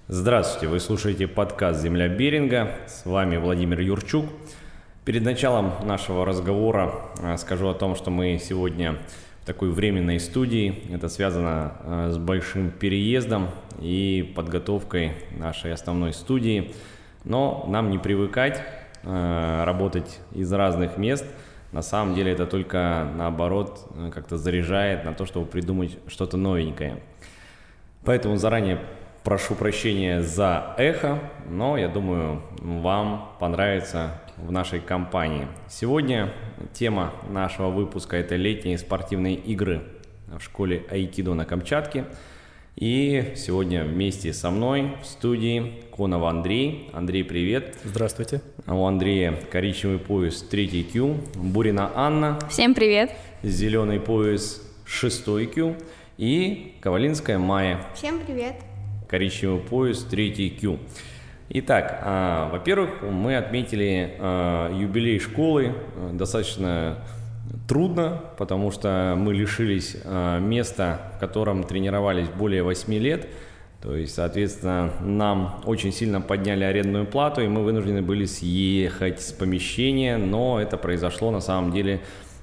Здравствуйте, вы слушаете подкаст «Земля Беринга», с вами Владимир Юрчук. Перед началом нашего разговора скажу о том, что мы сегодня в такой временной студии. Это связано с большим переездом и подготовкой нашей основной студии. Но нам не привыкать работать из разных мест. На самом деле это только наоборот как-то заряжает на то, чтобы придумать что-то новенькое. Поэтому заранее прошу прощения за эхо, но я думаю, вам понравится в нашей компании. Сегодня тема нашего выпуска – это летние спортивные игры в школе айкидо на Камчатке. И сегодня вместе со мной в студии Конов Андрей. Андрей, привет. Здравствуйте. У Андрея коричневый пояс 3 Q, Бурина Анна. Всем привет. Зеленый пояс 6 Q и Ковалинская Майя. Всем привет. Коричневый пояс 3 Q. Итак, во-первых, мы отметили юбилей школы достаточно трудно, потому что мы лишились места, в котором тренировались более 8 лет. То есть, соответственно, нам очень сильно подняли арендную плату, и мы вынуждены были съехать с помещения, но это произошло на самом деле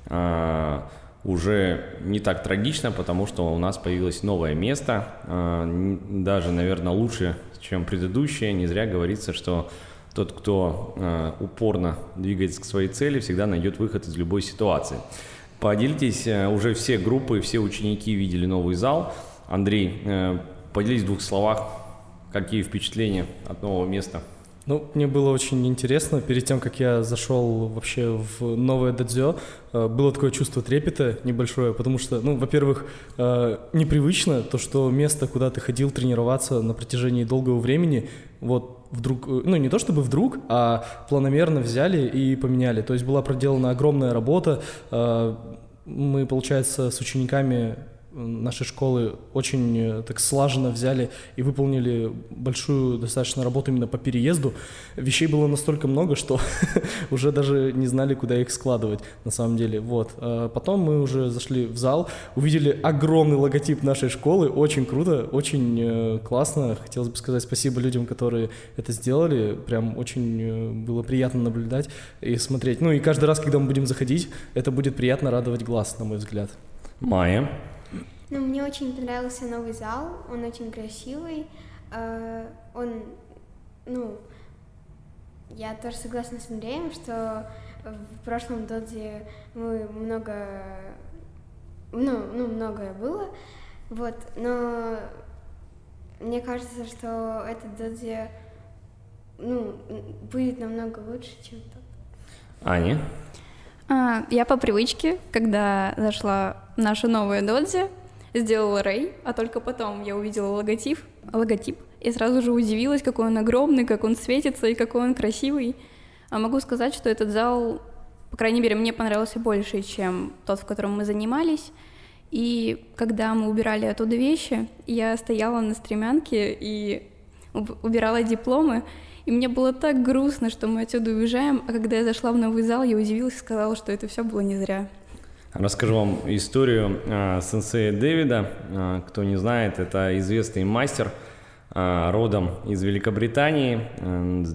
уже не так трагично, потому что у нас появилось новое место, даже, наверное, лучше, чем предыдущее. Не зря говорится, что тот, кто упорно двигается к своей цели, всегда найдет выход из любой ситуации. Поделитесь, уже все группы, все ученики видели новый зал. Андрей, поделись в 2 словах, какие впечатления от нового места? Мне было очень интересно. Перед тем, как я зашел вообще в новое додзё, было такое чувство трепета небольшое, потому что, во-первых, непривычно то, что место, куда ты ходил тренироваться на протяжении долгого времени, вот вдруг, не то чтобы вдруг, а планомерно взяли и поменяли. То есть была проделана огромная работа. Мы, получается, с учениками нашей школы очень так слаженно взяли и выполнили большую достаточно работу именно по переезду. Вещей было настолько много, что уже даже не знали, куда их складывать на самом деле. Вот. Потом мы уже зашли в зал, увидели огромный логотип нашей школы. Очень круто, очень классно. Хотелось бы сказать спасибо людям, которые это сделали. Прям очень было приятно наблюдать и смотреть. И каждый раз, когда мы будем заходить, это будет приятно радовать глаз, на мой взгляд. Майя. Мне очень понравился новый зал, он очень красивый, я тоже согласна с Андреем, что в прошлом додзе мы многое было, но мне кажется, что этот додзе, будет намного лучше, чем тот. Аня? Я по привычке, когда зашла в наше новое додзе, сделала рей, а только потом я увидела логотип, и сразу же удивилась, какой он огромный, как он светится и какой он красивый. Могу сказать, что этот зал, по крайней мере, мне понравился больше, чем тот, в котором мы занимались. И когда мы убирали оттуда вещи, я стояла на стремянке и убирала дипломы, и мне было так грустно, что мы отсюда уезжаем, а когда я зашла в новый зал, я удивилась и сказала, что это все было не зря. Расскажу вам историю сенсея Дэвида. Кто не знает, это известный мастер, родом из Великобритании, с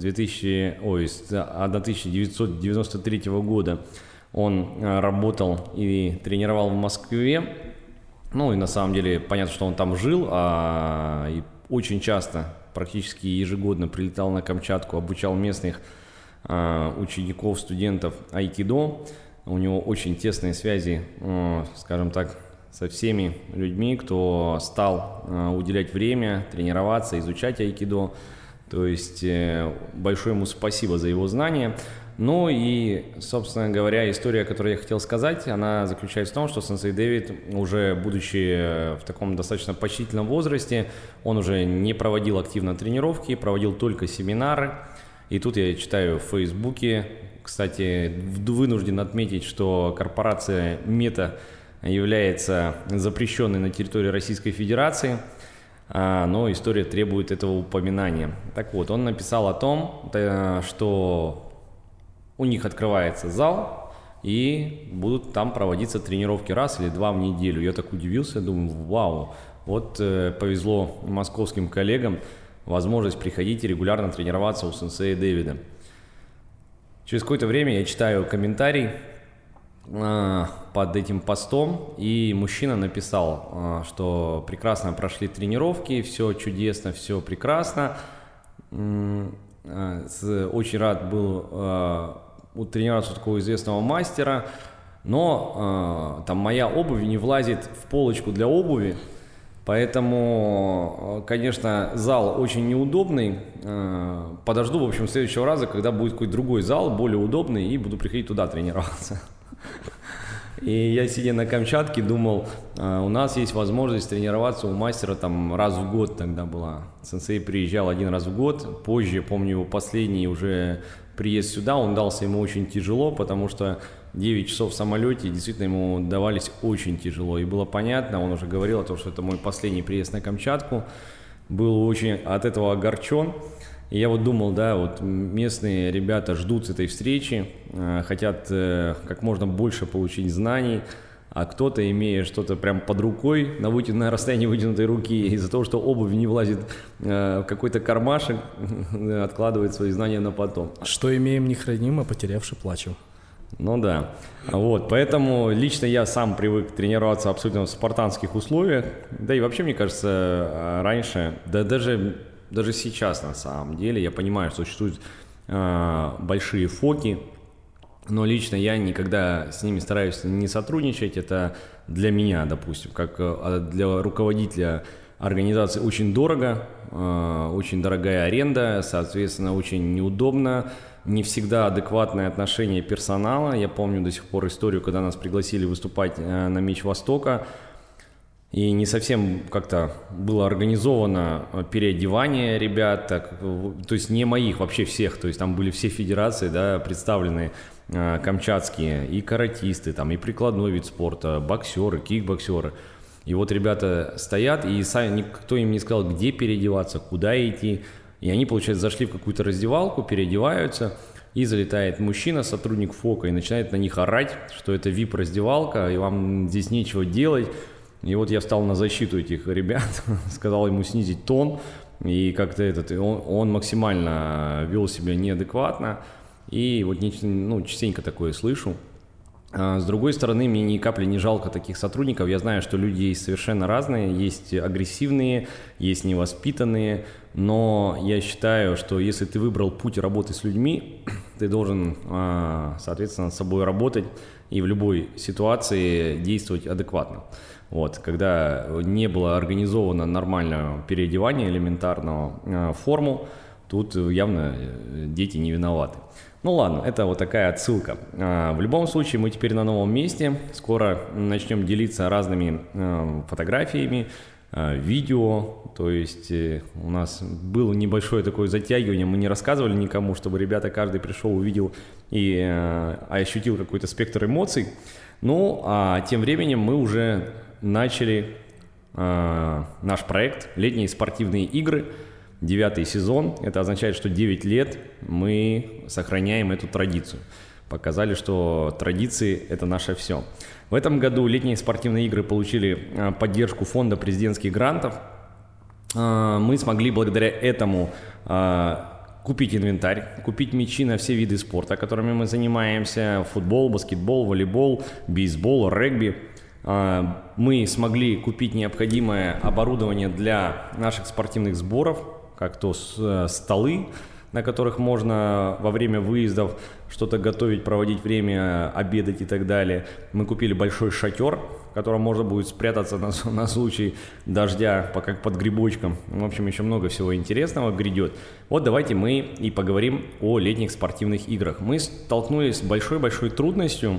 1993 года. Он работал и тренировал в Москве. И на самом деле понятно, что он там жил, и очень часто, практически ежегодно прилетал на Камчатку, обучал местных учеников, студентов айкидо. У него очень тесные связи, скажем так, со всеми людьми, кто стал уделять время, тренироваться, изучать айкидо. То есть большое ему спасибо за его знания. И, собственно говоря, история, которую я хотел сказать, она заключается в том, что сенсей Дэвид, уже будучи в таком достаточно почтительном возрасте, он уже не проводил активно тренировки, проводил только семинары. И тут я читаю в Фейсбуке, кстати, вынужден отметить, что корпорация Мета является запрещенной на территории Российской Федерации, но история требует этого упоминания. Так вот, он написал о том, что у них открывается зал, и будут там проводиться тренировки раз или два в неделю. Я так удивился, думаю, вау, вот повезло московским коллегам. возможность приходить и регулярно тренироваться у сенсея Дэвида. Через какое-то время я читаю комментарий под этим постом, и мужчина написал, что прекрасно прошли тренировки, все чудесно, все прекрасно. Очень рад был тренироваться у такого известного мастера, но там моя обувь не влазит в полочку для обуви, поэтому, конечно, зал очень неудобный. Подожду, в общем, следующего раза, когда будет какой-то другой зал, более удобный, и буду приходить туда тренироваться. И я, сидя на Камчатке, думал, у нас есть возможность тренироваться у мастера там раз в год тогда была. Сенсей приезжал 1 раз в год, позже, помню, его последний уже приезд сюда, он дался ему очень тяжело, потому что 9 часов в самолете действительно ему давались очень тяжело. И было понятно, он уже говорил о том, что это мой последний приезд на Камчатку, был очень от этого огорчен. И я вот думал, да, вот местные ребята ждут этой встречи, хотят как можно больше получить знаний, а кто-то, имея что-то прям под рукой, на расстоянии вытянутой руки, из-за того, что обувь не влазит в какой-то кармашек, откладывает свои знания на потом. Что имеем, не храним, а потерявши плачем. Ну да, вот, поэтому лично я сам привык тренироваться абсолютно в спартанских условиях, да и вообще, мне кажется, раньше, да даже сейчас на самом деле, я понимаю, что существуют большие фоки, но лично я никогда с ними стараюсь не сотрудничать, это для меня, допустим, как для руководителя организации очень дорого, очень дорогая аренда, соответственно, очень неудобно, не всегда адекватное отношение персонала. Я помню до сих пор историю, когда нас пригласили выступать на Меч Востока, и не совсем как-то было организовано переодевание ребят, то есть не моих, вообще всех, то есть там были все федерации, да, представлены камчатские, и каратисты, там, и прикладной вид спорта, боксеры, кикбоксеры. И вот ребята стоят, и сами никто им не сказал, где переодеваться, куда идти. И они, получается, зашли в какую-то раздевалку, переодеваются, и залетает мужчина, сотрудник ФОКа, и начинает на них орать, что это VIP-раздевалка, и вам здесь нечего делать. И вот я встал на защиту этих ребят, сказал ему снизить тон, и как-то он максимально вел себя неадекватно, и вот частенько такое слышу. С другой стороны, мне ни капли не жалко таких сотрудников. Я знаю, что люди есть совершенно разные, есть агрессивные, есть невоспитанные, но я считаю, что если ты выбрал путь работы с людьми, ты должен, соответственно, над собой работать и в любой ситуации действовать адекватно. Вот, когда не было организовано нормальное переодевание элементарного, форму, тут явно дети не виноваты. Ну ладно, это вот такая отсылка. В любом случае, мы теперь на новом месте. Скоро начнем делиться разными фотографиями, видео. То есть у нас было небольшое такое затягивание, мы не рассказывали никому, чтобы ребята каждый пришел, увидел и ощутил какой-то спектр эмоций. Ну, а тем временем мы уже начали наш проект «Летние спортивные игры». 9-й сезон. Это означает, что 9 лет мы сохраняем эту традицию. Показали, что традиции – это наше все. В этом году летние спортивные игры получили поддержку фонда президентских грантов. Мы смогли благодаря этому купить инвентарь, купить мячи на все виды спорта, которыми мы занимаемся: футбол, баскетбол, волейбол, бейсбол, регби. Мы смогли купить необходимое оборудование для наших спортивных сборов, как то столы, на которых можно во время выездов что-то готовить, проводить время, обедать и так далее. Мы купили большой шатер, в котором можно будет спрятаться на случай дождя, как под грибочком. В общем, еще много всего интересного грядет. Вот давайте мы и поговорим о летних спортивных играх. Мы столкнулись с большой-большой трудностью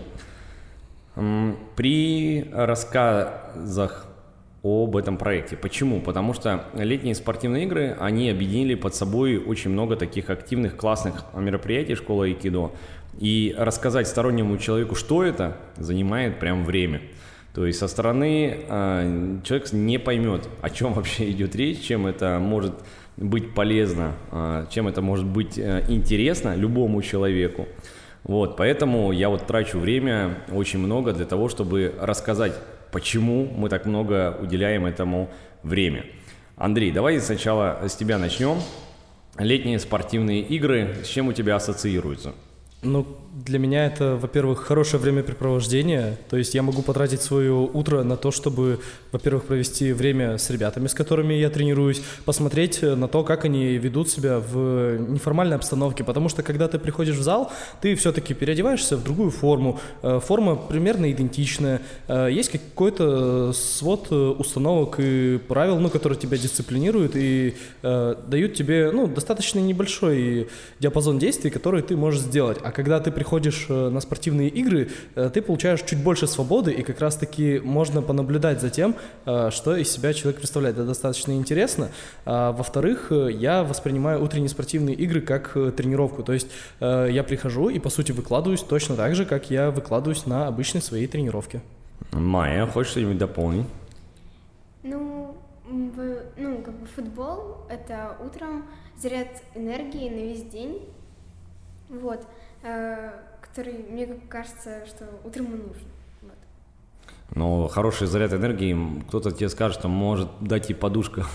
при рассказах об этом проекте. Почему? Потому что летние спортивные игры, они объединили под собой очень много таких активных, классных мероприятий школы айкидо. И рассказать стороннему человеку, что это, занимает прям время. То есть со стороны человек не поймет, о чем вообще идет речь, чем это может быть полезно, чем это может быть интересно любому человеку. Вот, поэтому я вот трачу время очень много для того, чтобы рассказать, почему мы так много уделяем этому время. Андрей, давай сначала с тебя начнем. Летние спортивные игры, с чем у тебя ассоциируются? Ну, для меня это, во-первых, хорошее времяпрепровождение, то есть я могу потратить свое утро на то, чтобы, во-первых, провести время с ребятами, с которыми я тренируюсь, посмотреть на то, как они ведут себя в неформальной обстановке, потому что, когда ты приходишь в зал, ты все-таки переодеваешься в другую форму, форма примерно идентичная, есть какой-то свод установок и правил, ну, которые тебя дисциплинируют и дают тебе, ну, достаточно небольшой диапазон действий, которые ты можешь сделать. А когда ты приходишь на спортивные игры, ты получаешь чуть больше свободы, и как раз-таки можно понаблюдать за тем, что из себя человек представляет. Это достаточно интересно. Во-вторых, я воспринимаю утренние спортивные игры как тренировку. То есть я прихожу и, по сути, выкладываюсь точно так же, как я выкладываюсь на обычной своей тренировке. Майя, хочешь что-нибудь дополнить? Как бы футбол — это утром заряд энергии на весь день, вот, который, мне кажется, что утром и нужен. Вот. Но хороший заряд энергии, кто-то тебе скажет, что может дать и подушка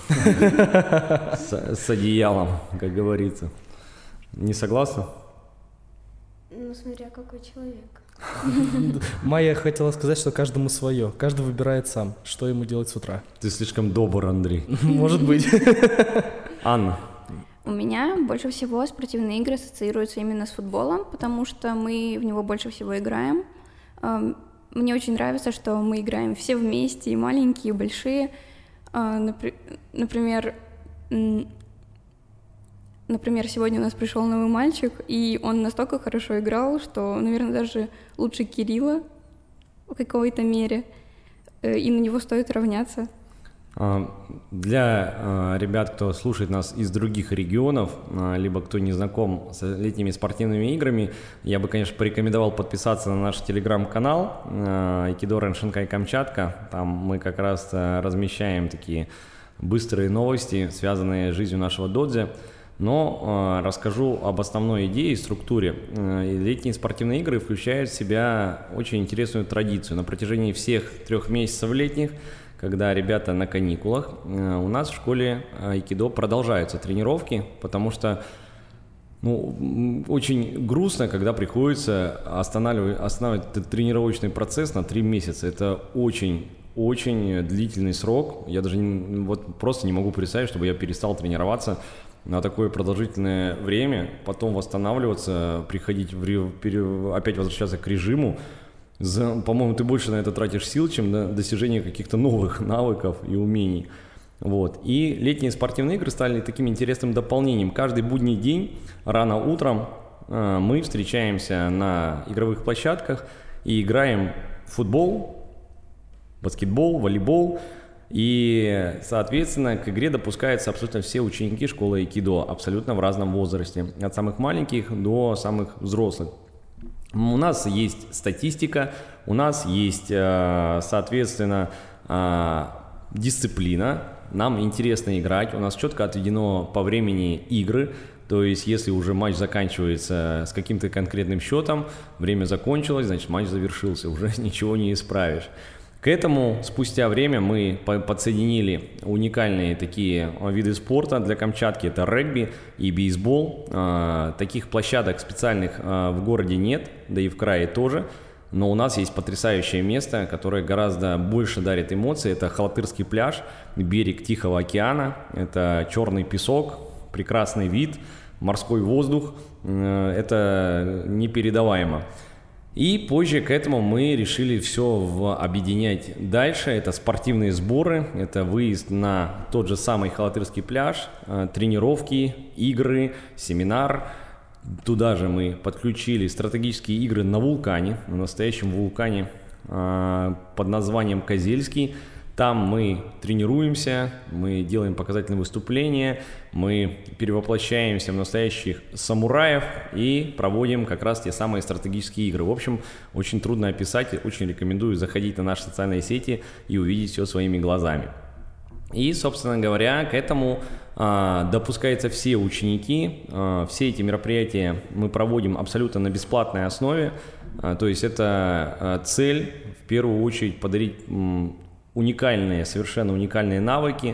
с одеялом, как говорится. Не согласна? Ну, смотря какой человек. Майя хотела сказать, что каждому свое. Каждый выбирает сам, что ему делать с утра. Ты слишком добр, Андрей. Может быть. Анна. У меня больше всего спортивные игры ассоциируются именно с футболом, потому что мы в него больше всего играем. Мне очень нравится, что мы играем все вместе, и маленькие, и большие. Например, сегодня у нас пришел новый мальчик, и он настолько хорошо играл, что, наверное, даже лучше Кирилла в какой-то мере, и на него стоит равняться. Для ребят, кто слушает нас из других регионов, либо кто не знаком с летними спортивными играми, я бы, конечно, порекомендовал подписаться на наш телеграм-канал Айкидо Рэн-Шинкай Камчатка. Там мы как раз размещаем такие быстрые новости, связанные с жизнью нашего додзе. Но расскажу об основной идее и структуре. Летние спортивные игры включают в себя очень интересную традицию. На протяжении всех 3 месяцев летних, когда ребята на каникулах, у нас в школе айкидо продолжаются тренировки, потому что очень грустно, когда приходится останавливать тренировочный процесс на 3 месяца. Это очень длительный срок. Я даже просто не могу представить, чтобы я перестал тренироваться на такое продолжительное время, потом восстанавливаться, приходить опять возвращаться к режиму. По-моему, ты больше на это тратишь сил, чем на достижение каких-то новых навыков и умений. Вот. И летние спортивные игры стали таким интересным дополнением. Каждый будний день рано утром мы встречаемся на игровых площадках и играем в футбол, баскетбол, волейбол. И, соответственно, к игре допускаются абсолютно все ученики школы айкидо, абсолютно в разном возрасте, от самых маленьких до самых взрослых. У нас есть статистика, у нас есть, соответственно, дисциплина, нам интересно играть, у нас четко отведено по времени игры, то есть если уже матч заканчивается с каким-то конкретным счетом, время закончилось, значит матч завершился, уже ничего не исправишь. К этому спустя время мы подсоединили уникальные такие виды спорта для Камчатки, это регби и бейсбол. Таких площадок специальных в городе нет, да и в крае тоже, но у нас есть потрясающее место, которое гораздо больше дарит эмоций. Это Халатырский пляж, берег Тихого океана, это черный песок, прекрасный вид, морской воздух, это непередаваемо. И позже к этому мы решили все объединять дальше. Это спортивные сборы, это выезд на тот же самый Халатырский пляж, тренировки, игры, семинар. Туда же мы подключили стратегические игры на вулкане, на настоящем вулкане под названием Козельский. Там мы тренируемся, мы делаем показательные выступления, мы перевоплощаемся в настоящих самураев и проводим как раз те самые стратегические игры. В общем, очень трудно описать, очень рекомендую заходить на наши социальные сети и увидеть все своими глазами. И, собственно говоря, к этому допускаются все ученики, все эти мероприятия мы проводим абсолютно на бесплатной основе, то есть это цель в первую очередь подарить совершенно уникальные навыки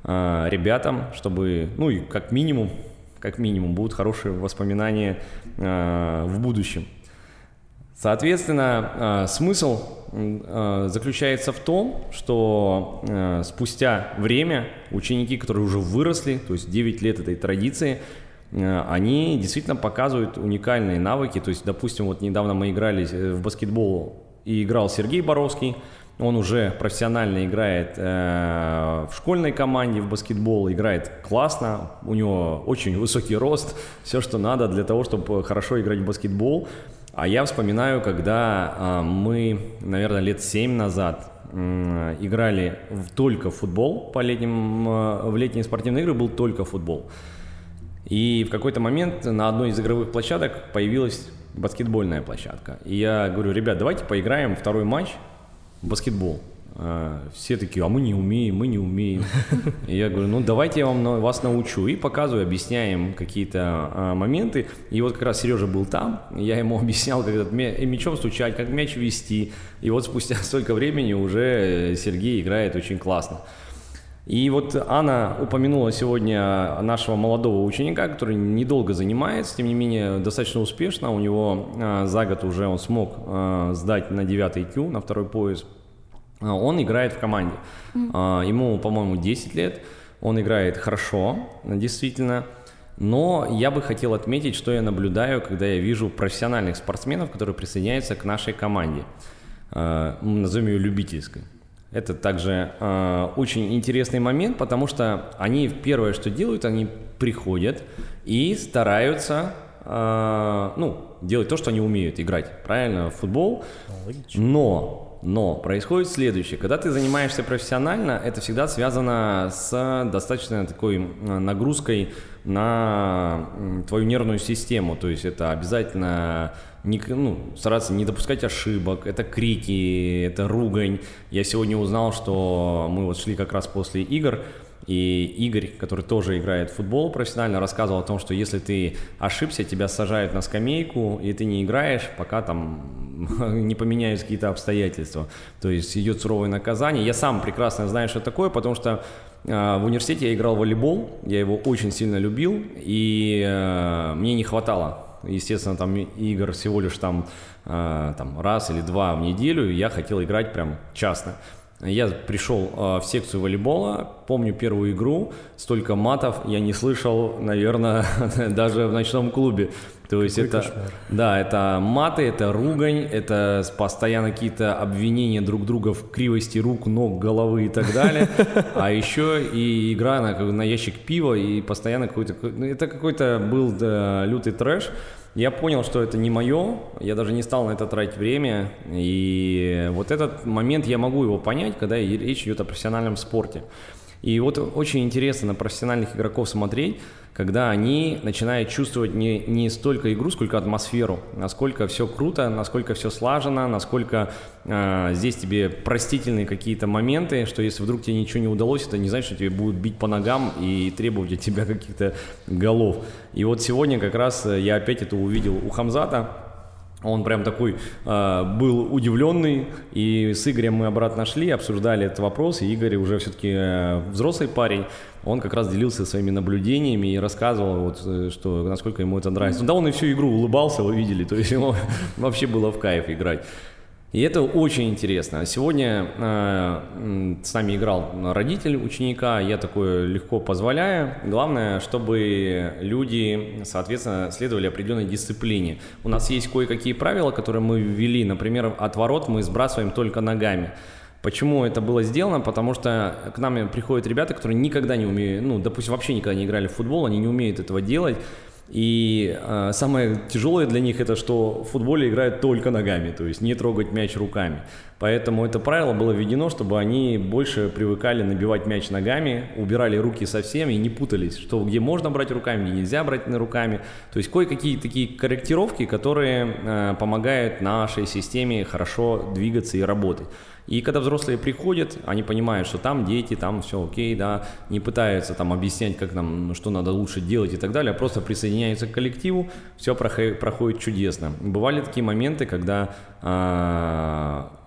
ребятам, чтобы, ну и как минимум будут хорошие воспоминания в будущем. Соответственно, смысл заключается в том, что спустя время ученики, которые уже выросли, то есть 9 лет этой традиции, они действительно показывают уникальные навыки. То есть, допустим, вот недавно мы играли в баскетбол, и играл Сергей Боровский. Он уже профессионально играет в школьной команде в баскетбол, играет классно, у него очень высокий рост, все, что надо для того, чтобы хорошо играть в баскетбол. А я вспоминаю, когда мы, наверное, лет 7 назад играли только в футбол, в летние спортивные игры был только футбол. И в какой-то момент на одной из игровых площадок появилась баскетбольная площадка. И я говорю: ребят, давайте поиграем второй матч в баскетбол. Все такие: а мы не умеем. И я говорю: ну давайте я вас научу. И показываю, объясняем какие-то моменты. И вот как раз Сережа был там, я ему объяснял, как мячом стучать, как мяч вести. И вот спустя столько времени уже Сергей играет очень классно. И вот Анна упомянула сегодня нашего молодого ученика, который недолго занимается, тем не менее достаточно успешно. У него за год уже он смог сдать на 9 IQ, на второй пояс. Он играет в команде. Ему, по-моему, 10 лет. Он играет хорошо, действительно. Но я бы хотел отметить, что я наблюдаю, когда я вижу профессиональных спортсменов, которые присоединяются к нашей команде. Назовем ее любительской. Это также очень интересный момент, потому что они первое, что делают, они приходят и стараются делать то, что они умеют, играть, правильно, в футбол. Но происходит следующее. Когда ты занимаешься профессионально, это всегда связано с достаточно такой нагрузкой на твою нервную систему. То есть это обязательно стараться не допускать ошибок, это крики, это ругань. Я сегодня узнал, что мы вот шли как раз после игр, и Игорь, который тоже играет в футбол профессионально, рассказывал о том, что если ты ошибся, тебя сажают на скамейку, и ты не играешь, пока там не поменяются какие-то обстоятельства. То есть идет суровое наказание. Я сам прекрасно знаю, что такое, потому что в университете я играл в волейбол, я его очень сильно любил, и мне не хватало, естественно, там игр всего лишь там раз или два в неделю, и я хотел играть прям часто. Я пришел в секцию волейбола, помню первую игру, столько матов я не слышал, наверное, даже в ночном клубе. То есть это маты, это ругань, это постоянно какие-то обвинения друг друга в кривости рук, ног, головы и так далее. А еще и игра на ящик пива, и постоянно какой-то был лютый трэш. Я понял, что это не мое, я даже не стал на это тратить время, и вот этот момент я могу его понять, когда речь идет о профессиональном спорте. И вот очень интересно на профессиональных игроков смотреть, когда они начинают чувствовать не столько игру, сколько атмосферу, насколько все круто, насколько все слажено, насколько здесь тебе простительные какие-то моменты, что если вдруг тебе ничего не удалось, это не значит, что тебе будут бить по ногам и требовать от тебя каких-то голов. И вот сегодня как раз я опять это увидел у Хамзата. Он прям такой был удивленный, и с Игорем мы обратно шли, обсуждали этот вопрос, и Игорь уже все-таки взрослый парень, он как раз делился своими наблюдениями и рассказывал, что насколько ему это нравится. Да, он и всю игру улыбался, вы видели, то есть ему вообще было в кайф играть. И это очень интересно. Сегодня с нами играл родитель ученика, я такое легко позволяю. Главное, чтобы люди, соответственно, следовали определенной дисциплине. У нас есть кое-какие правила, которые мы ввели. Например, от ворот мы сбрасываем только ногами. Почему это было сделано? Потому что к нам приходят ребята, которые никогда не умеют, допустим, вообще никогда не играли в футбол, они не умеют этого делать. И самое тяжелое для них это, что в футболе играют только ногами, то есть не трогать мяч руками. Поэтому это правило было введено, чтобы они больше привыкали набивать мяч ногами, убирали руки совсем и не путались, что где можно брать руками, где нельзя брать руками. То есть кое-какие такие корректировки, которые помогают нашей системе хорошо двигаться и работать. И когда взрослые приходят, они понимают, что там дети, там все окей, да, не пытаются там объяснять, как нам, что надо лучше делать и так далее, а просто присоединяются к коллективу, все проходит чудесно. Бывали такие моменты, когда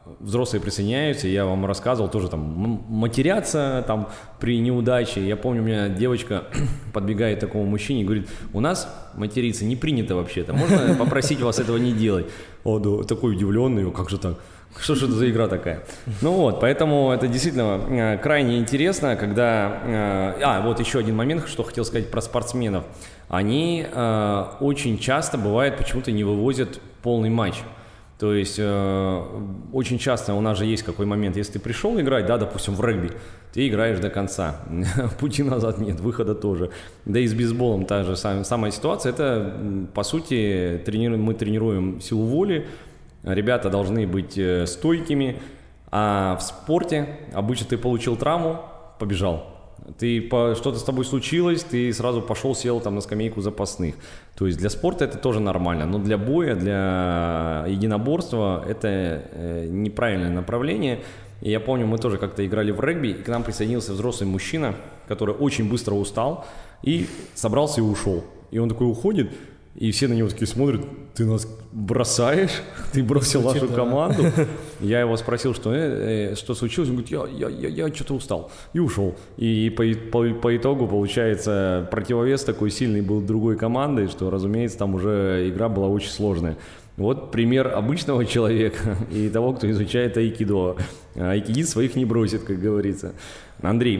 взрослые присоединяются, я вам рассказывал, тоже там матерятся там при неудаче. Я помню, у меня девочка подбегает к такому мужчине и говорит: у нас материться не принято вообще-то, можно попросить вас этого не делать? О, да, такой удивленный, как же так? Что же это за игра такая? Ну вот, поэтому это действительно крайне интересно, когда... вот еще один момент, что хотел сказать про спортсменов. Они очень часто, бывает, почему-то не вывозят полный матч. То есть очень часто у нас же есть какой момент, если ты пришел играть, да, допустим, в регби, ты играешь до конца, пути назад нет, выхода тоже. Да и с бейсболом та же самая ситуация, это, по сути, мы тренируем силу воли, ребята должны быть стойкими, а в спорте обычно ты получил травму, побежал. Что-то с тобой случилось, ты сразу пошел, сел там на скамейку запасных. То есть для спорта это тоже нормально, но для боя, для единоборства это неправильное направление. И я помню, мы тоже как-то играли в регби, и к нам присоединился взрослый мужчина, который очень быстро устал и собрался и ушел. И он такой уходит, и все на него такие смотрят: ты нас бросаешь, ты бросил нашу команду. Я его спросил, что случилось, он говорит: я что-то устал, и ушел. И по итогу, получается, противовес такой сильный был другой команды, что, разумеется, там уже игра была очень сложная. Вот пример обычного человека и того, кто изучает айкидо. Айкидист своих не бросит, как говорится. Андрей,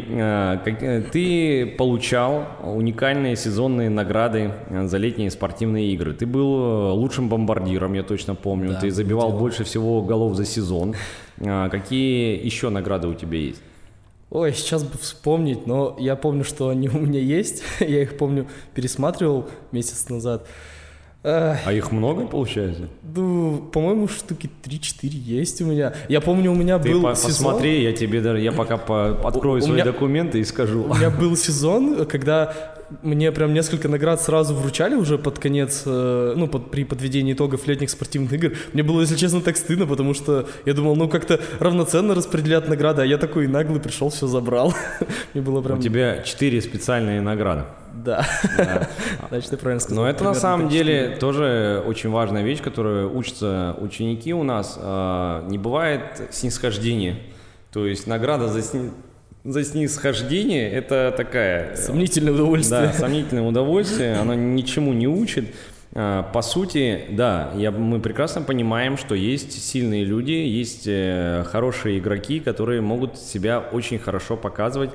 ты получал уникальные сезонные награды за летние спортивные игры. Ты был лучшим бомбардиром, я точно помню. Да, ты забивал больше всего голов за сезон. Какие еще награды у тебя есть? Ой, сейчас бы вспомнить, но я помню, что они у меня есть. Я их, помню, пересматривал месяц назад. А их много, получается? Ну, по-моему, штуки 3-4 есть у меня. Я помню, у меня был сезон... Посмотри, я пока открою свои документы и скажу. У меня был сезон, когда мне прям несколько наград сразу вручали уже под конец, при подведении итогов летних спортивных игр. Мне было, если честно, так стыдно, потому что я думал, как-то равноценно распределят награды, а я такой наглый пришел, все забрал. Мне было прям... У тебя 4 специальные награды. Да. Значит, ты правильно сказал. Но это на самом деле тоже очень важная вещь, которую учатся ученики у нас. Не бывает снисхождения. То есть награда за снисхождение — это такая... Сомнительное удовольствие. Да, сомнительное удовольствие. Оно ничему не учит. По сути, да, мы прекрасно понимаем, что есть сильные люди, есть хорошие игроки, которые могут себя очень хорошо показывать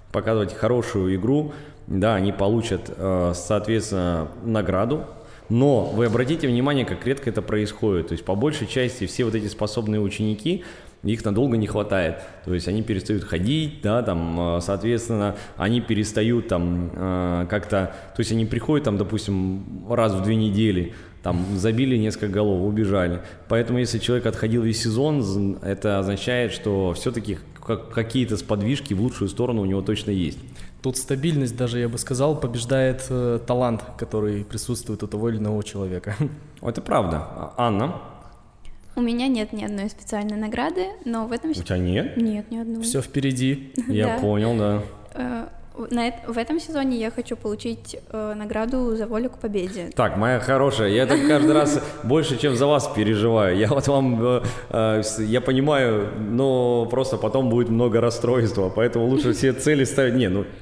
хорошую игру. Да, они получат, соответственно, награду, но вы обратите внимание, как редко это происходит. То есть, по большей части, все вот эти способные ученики, их надолго не хватает. То есть, они перестают ходить, да, там, соответственно, они перестают там как-то... То есть, они приходят, там, допустим, раз в 2 недели, там, забили несколько голов, убежали. Поэтому, если человек отходил весь сезон, это означает, что все-таки какие-то сподвижки в лучшую сторону у него точно есть. Тут стабильность, даже я бы сказал, побеждает талант, который присутствует у того или иного человека. Это правда. Анна? У меня нет ни одной специальной награды, но в этом... У тебя нет? Нет, ни одной. Все впереди. Я понял, да. В этом сезоне я хочу получить награду за волю к победе. Так, моя хорошая, я так каждый раз больше, чем за вас переживаю. Я вот вам, я понимаю, но просто потом будет много расстройства, поэтому лучше все цели ставить.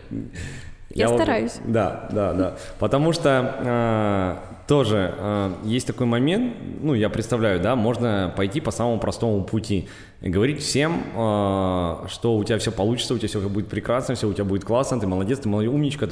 Я стараюсь. Да. Потому что тоже есть такой момент, я представляю, да, можно пойти по самому простому пути и говорить всем, что у тебя все получится, у тебя все будет прекрасно, все у тебя будет классно, ты молодец, ты умничка,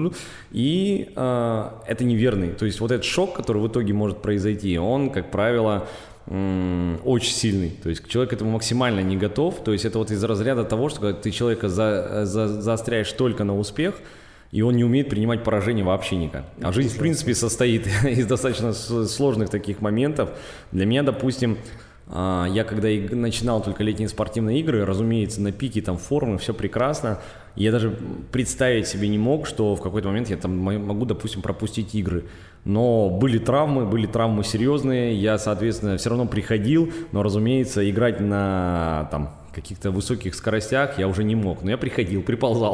и это неверный. То есть вот этот шок, который в итоге может произойти, он, как правило, очень сильный. То есть человек к этому максимально не готов. То есть это вот из разряда того, что когда ты человека заостряешь только на успех, и он не умеет принимать поражение вообще никак. А жизнь, в принципе, состоит из достаточно сложных таких моментов. Для меня, допустим, я когда начинал только летние спортивные игры, разумеется, на пике там формы, все прекрасно. Я даже представить себе не мог, что в какой-то момент я там могу, допустим, пропустить игры. Но были травмы серьезные, я, соответственно, все равно приходил, но, разумеется, играть на каких-то высоких скоростях я уже не мог, но я приходил, приползал.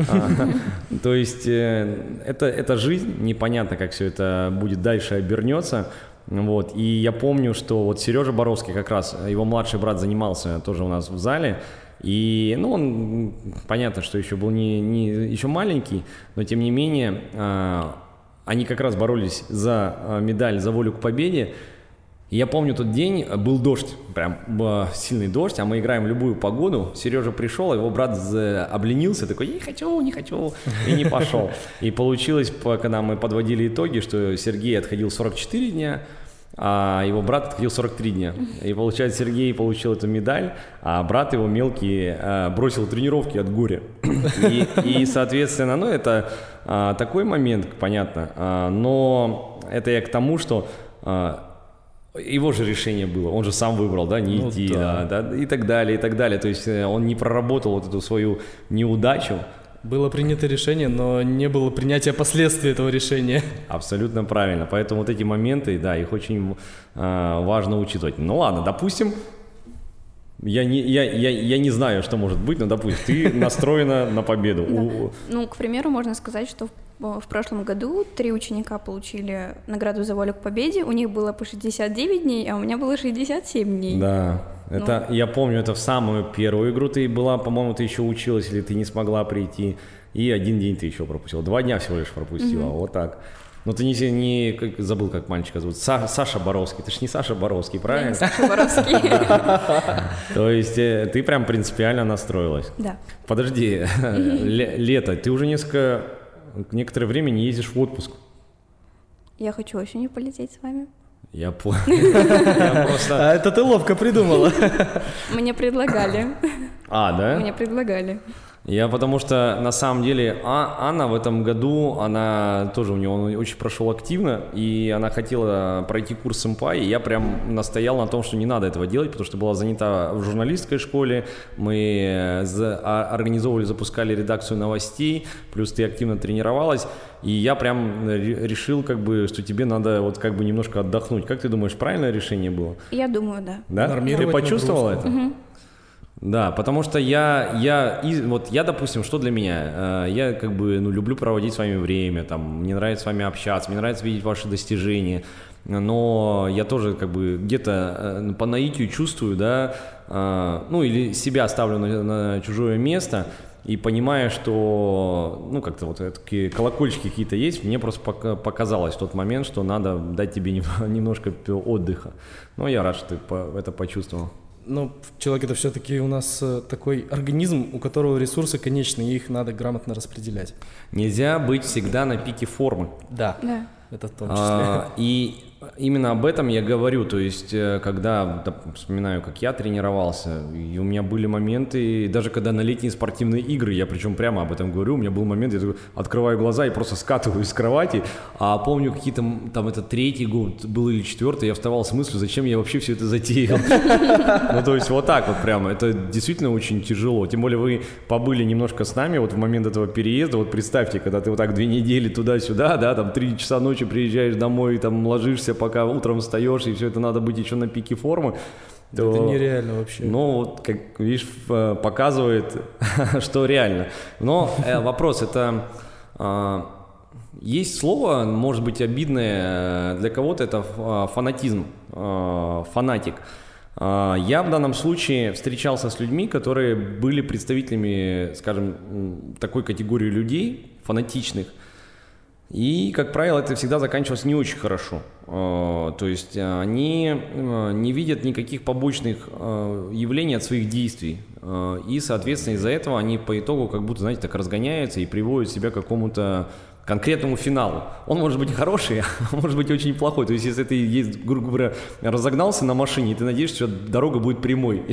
То есть это жизнь, непонятно, как все это будет дальше обернется. Вот. И я помню, что вот Сережа Боровский, как раз его младший брат занимался тоже у нас в зале. И, ну, он, понятно, что еще был не еще маленький, но тем не менее, они как раз боролись за медаль, за волю к победе. И я помню тот день, был дождь, прям сильный дождь, а мы играем в любую погоду. Сережа пришел, а его брат обленился, такой, не хочу, и не пошел. И получилось, когда мы подводили итоги, что Сергей отходил 44 дня, а его брат отходил 43 дня. И получается, Сергей получил эту медаль, а брат его мелкий бросил тренировки от горя. И соответственно, ну, это такой момент, понятно, но это я к тому, что его же решение было, он же сам выбрал, да, не идти, да, и так далее, и так далее. То есть он не проработал вот эту свою неудачу. Было принято решение, но не было принятия последствий этого решения. Абсолютно правильно. Поэтому вот эти моменты, да, их очень важно учитывать. Ну ладно, допустим, я не знаю, что может быть, но, допустим, ты настроена на победу. Ну, к примеру, можно сказать, что в прошлом году 3 ученика получили награду за волю к победе. У них было по 69 дней, а у меня было 67 дней. Да, это я помню, это в самую первую игру ты была, по-моему, ты еще училась, или ты не смогла прийти, и 1 день ты еще пропустила. 2 дня всего лишь пропустила, вот так. Но ты не забыл, как мальчика зовут. Саша Боровский. Ты ж не Саша Боровский, правильно? Я не Саша Боровский. То есть ты прям принципиально настроилась. Да. Подожди, лето, ты уже некоторое время не ездишь в отпуск. Я хочу осенью полететь с вами. Я понял. А это ты ловко придумала. Мне предлагали. Да? Мне предлагали. Я потому что, на самом деле, Анна в этом году, она тоже, у нее он очень прошел активно, и она хотела пройти курс сэмпай, и я прям настоял на том, что не надо этого делать, потому что была занята в журналистской школе, мы организовывали, запускали редакцию новостей, плюс ты активно тренировалась, и я прям решил, как бы, что тебе надо вот как бы немножко отдохнуть. Как ты думаешь, правильное решение было? Я думаю, да. Да? Ты почувствовала это? Да, потому что я, допустим, что для меня? Я как бы люблю проводить с вами время, там, мне нравится с вами общаться, мне нравится видеть ваши достижения, но я тоже как бы где-то по наитию чувствую, да, или себя ставлю на чужое место и понимая, что, как-то вот такие колокольчики какие-то есть, мне просто показалось в тот момент, что надо дать тебе немножко отдыха. Но я рад, что ты это почувствовал. Ну, человек — это все-таки у нас такой организм, у которого ресурсы конечны, и их надо грамотно распределять. Нельзя быть всегда на пике формы. Да. Это в том числе. И именно об этом я говорю, то есть, когда вспоминаю, как я тренировался, и у меня были моменты, даже когда на летние спортивные игры, я причем прямо об этом говорю, у меня был момент, я такой, открываю глаза и просто скатываюсь с кровати, а помню какие-то, там это 3-й год был или 4-й, я вставал с мыслью, зачем я вообще все это затеял. Ну, то есть, вот так вот прямо, это действительно очень тяжело, тем более вы побыли немножко с нами вот в момент этого переезда, вот представьте, когда ты вот так 2 недели туда-сюда, да, там 3 часа ночи приезжаешь домой, там ложишься, пока утром встаешь, и все это надо быть еще на пике формы. То, это нереально вообще. Ну, вот, как видишь, показывает, что реально. Но вопрос, это... Есть слово, может быть, обидное для кого-то, это фанатизм, фанатик. Я в данном случае встречался с людьми, которые были представителями, скажем, такой категории людей, фанатичных. И, как правило, это всегда заканчивалось не очень хорошо. То есть они не видят никаких побочных явлений от своих действий. И, соответственно, из-за этого они по итогу как будто, знаете, так разгоняются и приводят себя к какому-то конкретному финалу. Он может быть хороший, а может быть очень плохой. То есть, если ты, грубо говоря, разогнался на машине, и ты надеешься, что дорога будет прямой.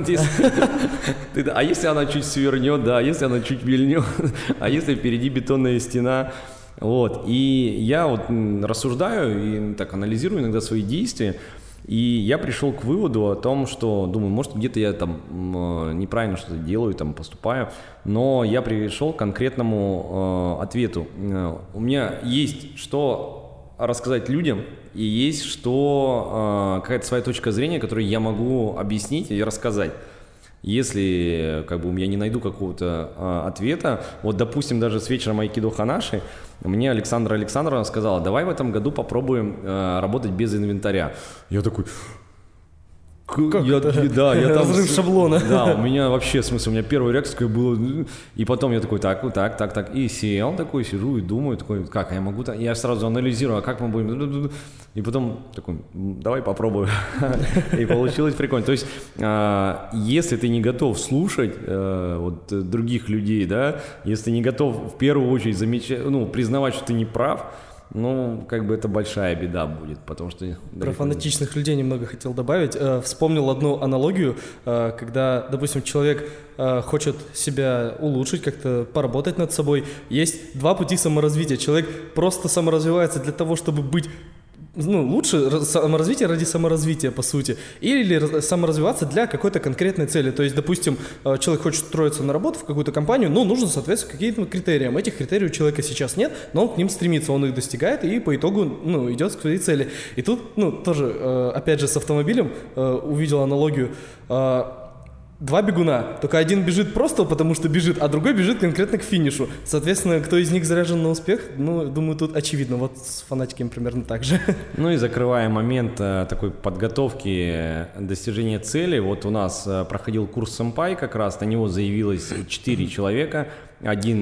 А если она чуть свернет, да, а если она чуть вильнет, а если впереди бетонная стена. Вот, и я вот рассуждаю и так анализирую иногда свои действия, и я пришел к выводу о том, что, думаю, может, где-то я там неправильно что-то делаю, там поступаю, но я пришел к конкретному ответу. У меня есть что рассказать людям, и есть что какая-то своя точка зрения, которую я могу объяснить и рассказать. Если как бы я не найду какого-то ответа, вот, допустим, даже с вечером айкидо Ханаши, мне Александра Александровна сказала, давай в этом году попробуем работать без инвентаря. Я такой... Разрыв шаблона. Да, у меня вообще, в смысле, у меня первая реакция была, и потом я такой, так, и сел такой, сижу и думаю, такой, как, я могу так, я сразу анализирую, а как мы будем, и потом такой, давай попробую, и получилось прикольно. То есть, если ты не готов слушать вот других людей, да, если ты не готов в первую очередь признавать, что ты не прав, как бы это большая беда будет, потому что... Про фанатичных людей немного хотел добавить. Вспомнил одну аналогию, когда, допустим, человек хочет себя улучшить, как-то поработать над собой. Есть два пути саморазвития. Человек просто саморазвивается для того, чтобы быть лучше, саморазвитие ради саморазвития, по сути, или саморазвиваться для какой-то конкретной цели. То есть, допустим, человек хочет устроиться на работу в какую-то компанию, нужно соответствовать каким-то критериям. Этих критериев у человека сейчас нет, но он к ним стремится, он их достигает и по итогу, идет к своей цели. И тут, тоже, опять же, с автомобилем увидел аналогию. Два бегуна, только один бежит просто потому, что бежит, а другой бежит конкретно к финишу. Соответственно, кто из них заряжен на успех, думаю, тут очевидно. Вот с фанатиками примерно так же. И закрывая момент такой подготовки достижения цели, вот у нас проходил курс сэмпай как раз, на него заявилось 4 человека, один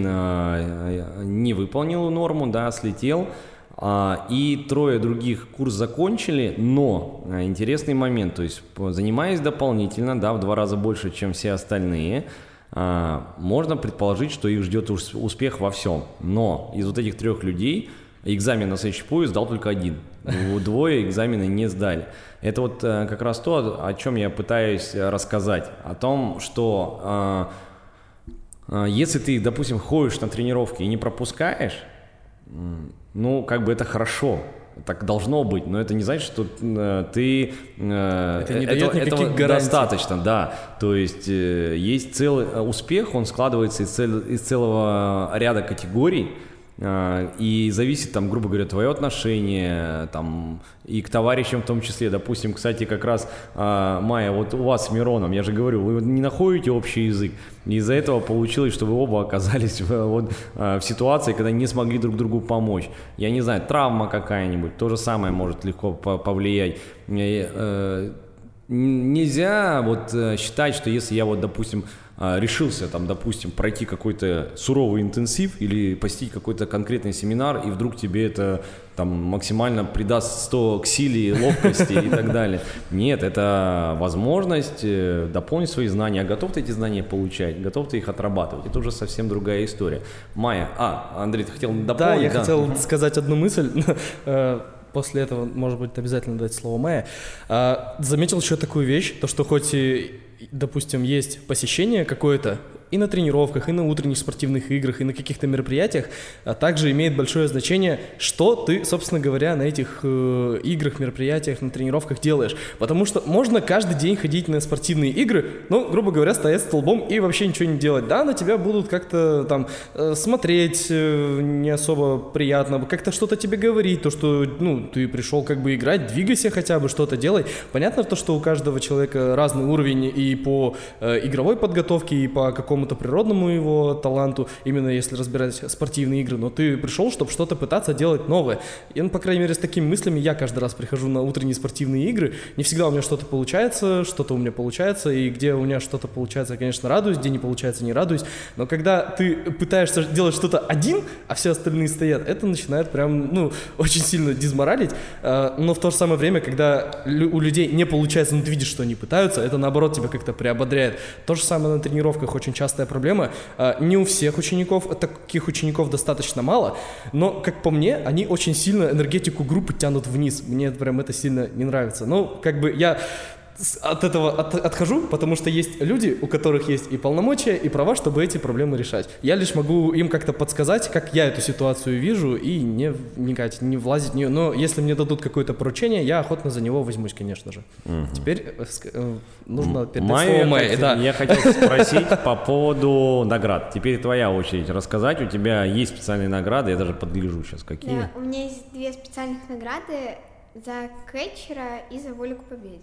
не выполнил норму, да, слетел. И 3 других курс закончили, но интересный момент, то есть занимаясь дополнительно, да, в 2 раза больше, чем все остальные, можно предположить, что их ждет успех во всем. Но из вот этих 3 людей экзамен на следующий поезд сдал только 1, 2 экзамены не сдали. Это вот как раз то, о чем я пытаюсь рассказать, о том, что если ты, допустим, ходишь на тренировки и не пропускаешь, как бы это хорошо, так должно быть, но это не значит, что ты... Это не дает никаких гарантий. Достаточно, да. То есть есть целый успех, он складывается из целого ряда категорий, и зависит, грубо говоря, твое отношение, и к товарищам в том числе. Допустим, кстати, как раз, Майя, вот у вас с Мироном, я же говорю, вы не находите общий язык, и из-за этого получилось, что вы оба оказались в ситуации, когда не смогли друг другу помочь. Я не знаю, травма какая-нибудь, то же самое может легко повлиять. Нельзя считать, что если я допустим, решился, допустим, пройти какой-то суровый интенсив или посетить какой-то конкретный семинар, и вдруг тебе это максимально придаст 100 к силе, ловкости и так далее. Нет, это возможность дополнить свои знания. Готов ты эти знания получать, готов ты их отрабатывать. Это уже совсем другая история. Майя, Андрей, ты хотел дополнить? Да, я хотел сказать одну мысль. После этого, может быть, обязательно дать слово Майе. Заметил еще такую вещь, то что хоть и, допустим, есть посещение какое-то и на тренировках, и на утренних спортивных играх, и на каких-то мероприятиях, а также имеет большое значение, что ты, собственно говоря, на этих играх, мероприятиях, на тренировках делаешь. Потому что можно каждый день ходить на спортивные игры, грубо говоря, стоять столбом и вообще ничего не делать. Да, на тебя будут как-то смотреть не особо приятно, как-то что-то тебе говорить, то, что, ты пришел играть, двигайся хотя бы, что-то делай. Понятно то, что у каждого человека разный уровень и по игровой подготовке, и по какому-то природному его таланту, именно если разбирать спортивные игры, но ты пришел, чтобы что-то пытаться делать новое. И, по крайней мере, с такими мыслями я каждый раз прихожу на утренние спортивные игры. Не всегда у меня что-то получается, что-то у меня получается, и где у меня что-то получается, я, конечно, радуюсь, где не получается, не радуюсь. Но когда ты пытаешься делать что-то один, а все остальные стоят, это начинает прям, очень сильно дезморалить. Но в то же самое время, когда у людей не получается, но ты видишь, что они пытаются, это, наоборот, тебя как-то приободряет. То же самое на тренировках очень частая проблема. Не у всех учеников, таких учеников достаточно мало, но, как по мне, они очень сильно энергетику группы тянут вниз. Мне прям это сильно не нравится. Я от этого отхожу, потому что есть люди, у которых есть и полномочия, и права, чтобы эти проблемы решать. Я лишь могу им как-то подсказать, как я эту ситуацию вижу, и не вникать, не влазить в нее. Но если мне дадут какое-то поручение, я охотно за него возьмусь, конечно же. Теперь нужно передать слово Майе. Я хотел спросить по поводу наград. Теперь твоя очередь рассказать. У тебя есть специальные награды, я даже подгляжу сейчас, какие. Да, у меня есть 2 специальных награды за кетчера и за волю к победе.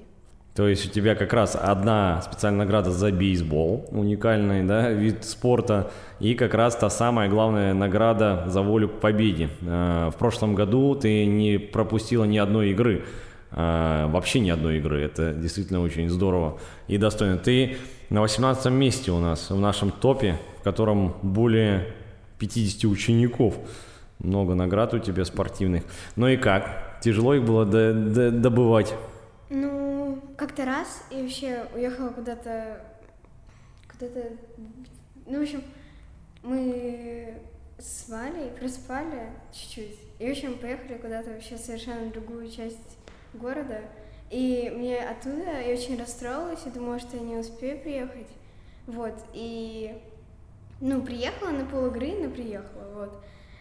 То есть у тебя как раз одна специальная награда за бейсбол, уникальный, да, вид спорта, и как раз та самая главная награда за волю к победе. В прошлом году ты не пропустила ни одной игры, вообще ни одной игры, это действительно очень здорово и достойно. Ты на 18 месте у нас в нашем топе, в котором более 50 учеников, много наград у тебя спортивных. Ну и как? Тяжело их было добывать? Ну, как-то раз я вообще уехала куда-то, ну, в общем, мы с Валей проспали чуть-чуть, и, в общем, поехали куда-то вообще совершенно другую часть города, и мне оттуда, я очень расстроилась, и думала, что я не успею приехать, вот, и, ну, приехала на полигры, но приехала, вот,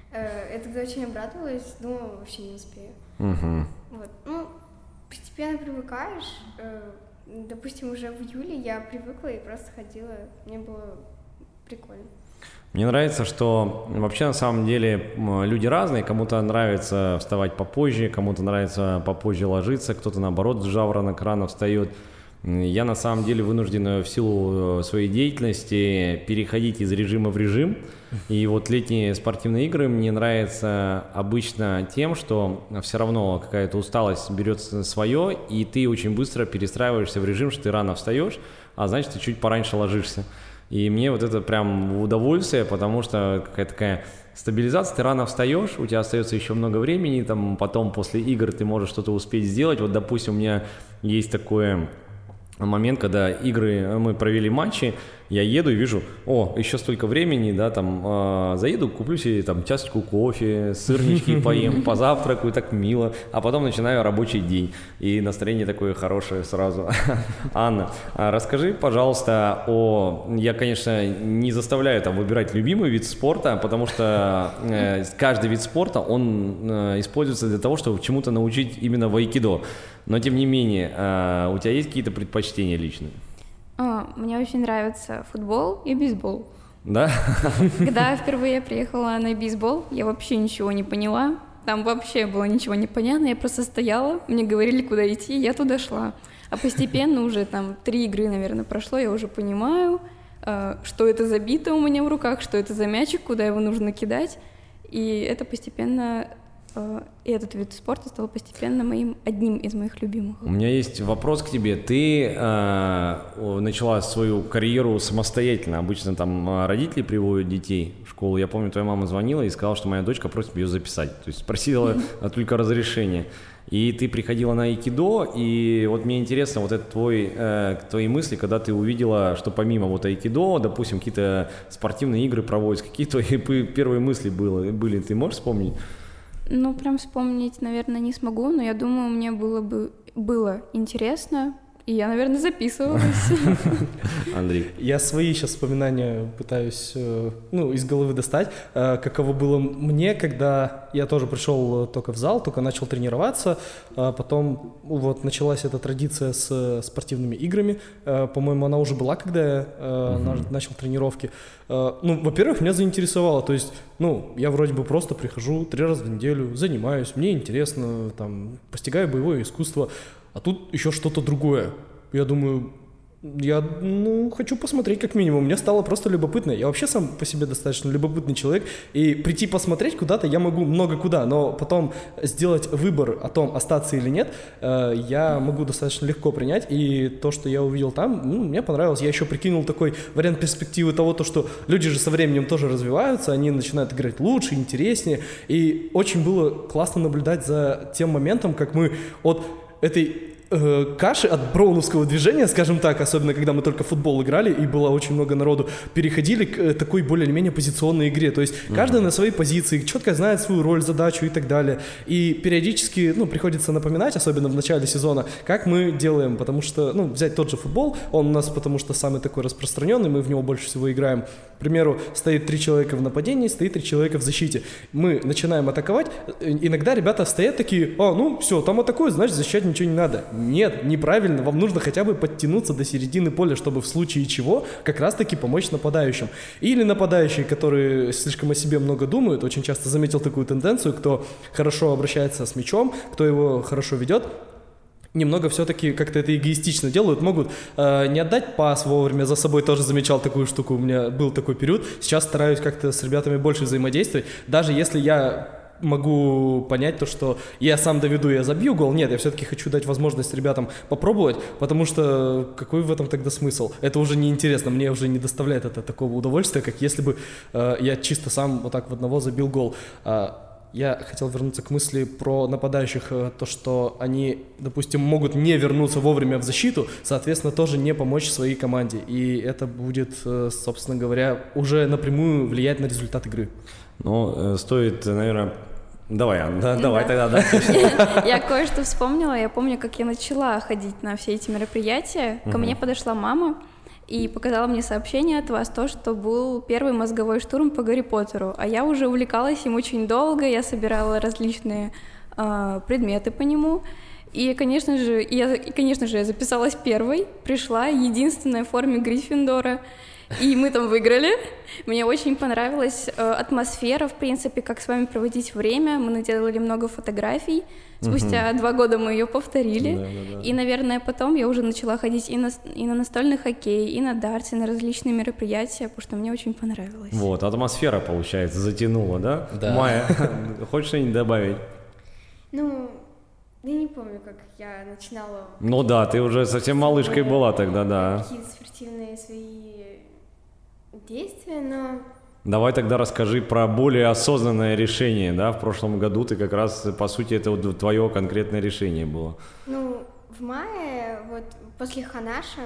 я тогда очень обрадовалась, думала, вообще не успею, вот, ну, постепенно привыкаешь, допустим, уже в июле я привыкла и просто ходила, мне было прикольно. Мне нравится, что вообще на самом деле люди разные, кому-то нравится вставать попозже, кому-то нравится попозже ложиться, кто-то наоборот с жаворонок рано встает. Я на самом деле вынужден в силу своей деятельности переходить из режима в режим. И вот летние спортивные игры мне нравятся обычно тем, что все равно какая-то усталость берет свое, и ты очень быстро перестраиваешься в режим, что ты рано встаешь, а значит, ты чуть пораньше ложишься. И мне вот это прям в удовольствие, потому что какая-то такая стабилизация, ты рано встаешь, у тебя остается еще много времени, там потом после игр ты можешь что-то успеть сделать. Вот, допустим, у меня есть такой момент, когда игры, мы провели матчи, я еду и вижу, еще столько времени, да, там, заеду, куплю себе там чашечку кофе, сырнички поем, позавтракаю, так мило, а потом начинаю рабочий день, и настроение такое хорошее сразу. Анна, расскажи, пожалуйста, я, конечно, не заставляю там выбирать любимый вид спорта, потому что каждый вид спорта, он используется для того, чтобы чему-то научить именно в айкидо, но тем не менее, у тебя есть какие-то предпочтения личные? Мне очень нравится футбол и бейсбол. Да? Когда впервые приехала на бейсбол, я вообще ничего не поняла. Там вообще было ничего не понятно. Я просто стояла, мне говорили, куда идти, я туда шла. А постепенно уже там 3 игры, наверное, прошло, я уже понимаю, что это за бита у меня в руках, что это за мячик, куда его нужно кидать. И это постепенно... И этот вид спорта стал постепенно одним из моих любимых. У меня есть вопрос к тебе. Ты начала свою карьеру самостоятельно. Обычно там родители приводят детей в школу. Я помню, твоя мама звонила и сказала, что моя дочка просит ее записать. То есть просила только разрешения. И ты приходила на айкидо, и вот мне интересно, вот это твои мысли, когда ты увидела, что помимо вот айкидо, допустим, какие-то спортивные игры проводятся, какие твои первые мысли были? Ты можешь вспомнить? Ну, прям вспомнить, наверное, не смогу, но я думаю, мне было интересно, и я, наверное, записывалась. Андрей. Я свои сейчас воспоминания пытаюсь, из головы достать, каково было мне, когда я тоже пришел только в зал, только начал тренироваться, потом вот началась эта традиция с спортивными играми, по-моему, она уже была, когда я начал тренировки. Во-первых, меня заинтересовало, то есть, я вроде бы просто прихожу 3 раза в неделю, занимаюсь, мне интересно, там, постигаю боевое искусство, а тут еще что-то другое. Я думаю, я хочу посмотреть как минимум. Мне стало просто любопытно. Я вообще сам по себе достаточно любопытный человек. И прийти посмотреть куда-то я могу много куда. Но потом сделать выбор о том, остаться или нет, я могу достаточно легко принять. И то, что я увидел там, мне понравилось. Я еще прикинул такой вариант перспективы того, что люди же со временем тоже развиваются. Они начинают играть лучше, интереснее. И очень было классно наблюдать за тем моментом, как мы от этой каши от броуновского движения, скажем так, особенно когда мы только в футбол играли и было очень много народу, переходили к такой более-менее позиционной игре. То есть каждый на своей позиции, четко знает свою роль, задачу и так далее. И периодически, приходится напоминать, особенно в начале сезона, как мы делаем, потому что, взять тот же футбол, он у нас потому что самый такой распространенный, мы в него больше всего играем. К примеру, стоит 3 человека в нападении, стоит 3 человека в защите. Мы начинаем атаковать, иногда ребята стоят такие, все, там атакуют, значит защищать ничего не надо. Нет, неправильно, вам нужно хотя бы подтянуться до середины поля, чтобы в случае чего как раз-таки помочь нападающим. Или нападающие, которые слишком о себе много думают, очень часто заметил такую тенденцию, кто хорошо обращается с мячом, кто его хорошо ведет, немного все-таки как-то это эгоистично делают, могут не отдать пас вовремя, за собой тоже замечал такую штуку, у меня был такой период, сейчас стараюсь как-то с ребятами больше взаимодействовать, даже если я могу понять то, что я сам доведу, я забью гол. Нет, я все-таки хочу дать возможность ребятам попробовать, потому что какой в этом тогда смысл? Это уже неинтересно, мне уже не доставляет это такого удовольствия, как если бы я чисто сам вот так в одного забил гол. Я хотел вернуться к мысли про нападающих, то, что они, допустим, могут не вернуться вовремя в защиту, соответственно, тоже не помочь своей команде. И это будет, собственно говоря, уже напрямую влиять на результат игры. Ну, стоит, наверное... Давай, Анна, давай тогда, да. Я кое-что вспомнила. Я помню, как я начала ходить на все эти мероприятия. Ко мне подошла мама и показала мне сообщение от вас, то, что был первый мозговой штурм по Гарри Поттеру. А я уже увлекалась им очень долго, я собирала различные предметы по нему. И, конечно же, я записалась первой, пришла, единственная в форме Гриффиндора. И мы там выиграли. Мне очень понравилась атмосфера, в принципе, как с вами проводить время. Мы наделали много фотографий. Спустя 2 года мы ее повторили. Да. И, наверное, потом я уже начала ходить и на настольный хоккей, и на дартс, и на различные мероприятия, потому что мне очень понравилось. Вот, атмосфера, получается, затянула, да? Да. Майя, хочешь что-нибудь добавить? Ну, я не помню, как я начинала... Ну да, ты уже совсем малышкой была тогда, да. Какие-то спортивные свои действия, но... Давай тогда расскажи про более осознанное решение, да, в прошлом году ты как раз, по сути, это вот твое конкретное решение было. Ну, в мае, вот после Ханаша,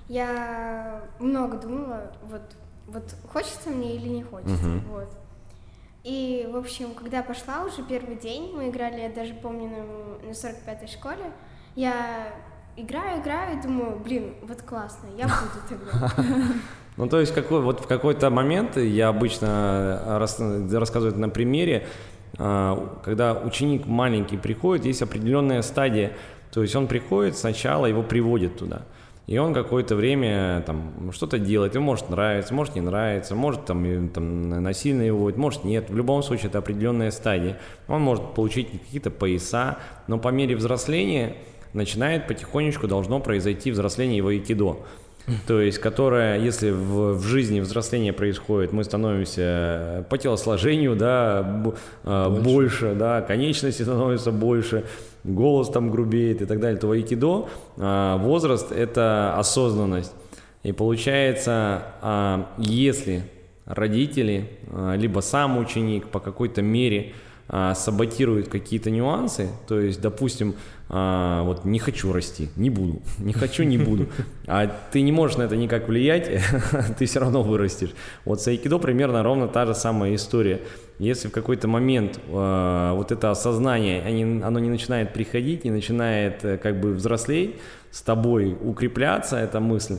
я много думала, вот хочется мне или не хочется, вот. И, в общем, когда пошла уже первый день, мы играли, я даже помню, на 45-й школе, я играю и думаю, блин, вот классно, я буду тогда. Ну, то есть вот в какой-то момент, я обычно рассказываю это на примере, когда ученик маленький приходит, есть определенная стадия, то есть он приходит сначала, его приводят туда, и он какое-то время там что-то делает, ему может нравиться, может не нравится, может там насильно его вводит, может нет, в любом случае это определенная стадия, он может получить какие-то пояса, но по мере взросления начинает потихонечку, должно произойти взросление его айкидо. То есть, которая, если в жизни взросление происходит, мы становимся по телосложению, да, больше, да, конечности становятся больше, голос там грубеет и так далее, то в айкидо возраст – это осознанность. И получается, если родители, либо сам ученик по какой-то мере саботирует какие-то нюансы, то есть, допустим, вот не хочу расти, не буду, не хочу, не буду, а ты не можешь на это никак влиять, ты все равно вырастешь. Вот с айкидо примерно ровно та же самая история. Если в какой-то момент вот это осознание, оно не начинает приходить, не начинает как бы взрослеть, с тобой укрепляться эта мысль,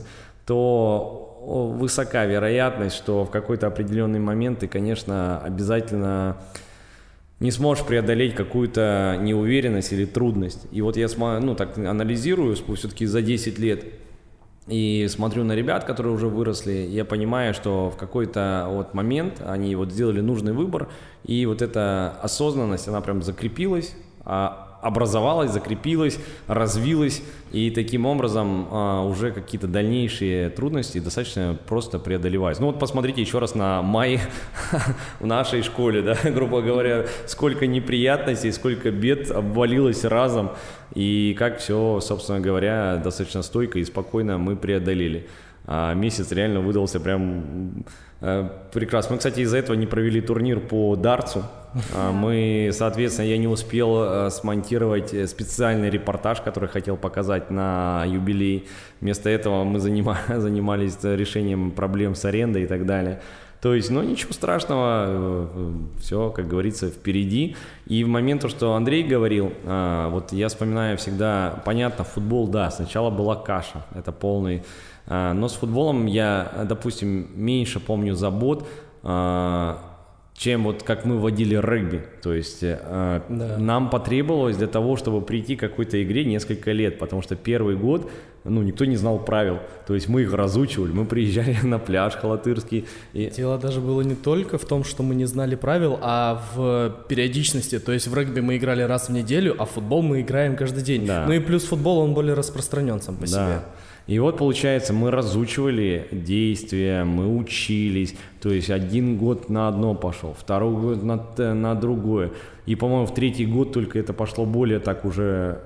то высока вероятность, что в какой-то определенный момент ты, конечно, обязательно не сможешь преодолеть какую-то неуверенность или трудность. И вот я так анализирую все-таки за 10 лет и смотрю на ребят, которые уже выросли, я понимаю, что в какой-то вот момент они вот сделали нужный выбор, и вот эта осознанность, она прям закрепилась, образовалась, закрепилась, развилась, и таким образом уже какие-то дальнейшие трудности достаточно просто преодолеваются. Ну вот посмотрите еще раз на май в нашей школе, да, грубо говоря, сколько неприятностей, сколько бед обвалилось разом, и как все, собственно говоря, достаточно стойко и спокойно мы преодолели. Месяц реально выдался прям прекрасно. Мы, кстати, из-за этого не провели турнир по дартсу. Мы, соответственно, я не успел смонтировать специальный репортаж, который хотел показать на юбилей. Вместо этого мы занимались решением проблем с арендой и так далее. То есть, ничего страшного, все, как говорится, впереди. И в момент, что Андрей говорил, вот я вспоминаю всегда, понятно, футбол, да, сначала была каша, это полный. Но с футболом я, допустим, меньше помню забот. чем вот как мы водили регби. То есть нам потребовалось для того, чтобы прийти к какой-то игре несколько лет, потому что первый год, никто не знал правил. То есть мы их разучивали, мы приезжали на пляж Халатырский. Дело даже было не только в том, что мы не знали правил, а в периодичности. То есть в регби мы играли раз в неделю, а в футбол мы играем каждый день. Да. Ну и плюс футбол, он более распространен сам по себе. И вот, получается, мы разучивали действия, мы учились, то есть один год на одно пошел, второй год на другое. И, по-моему, в третий год только это пошло более так уже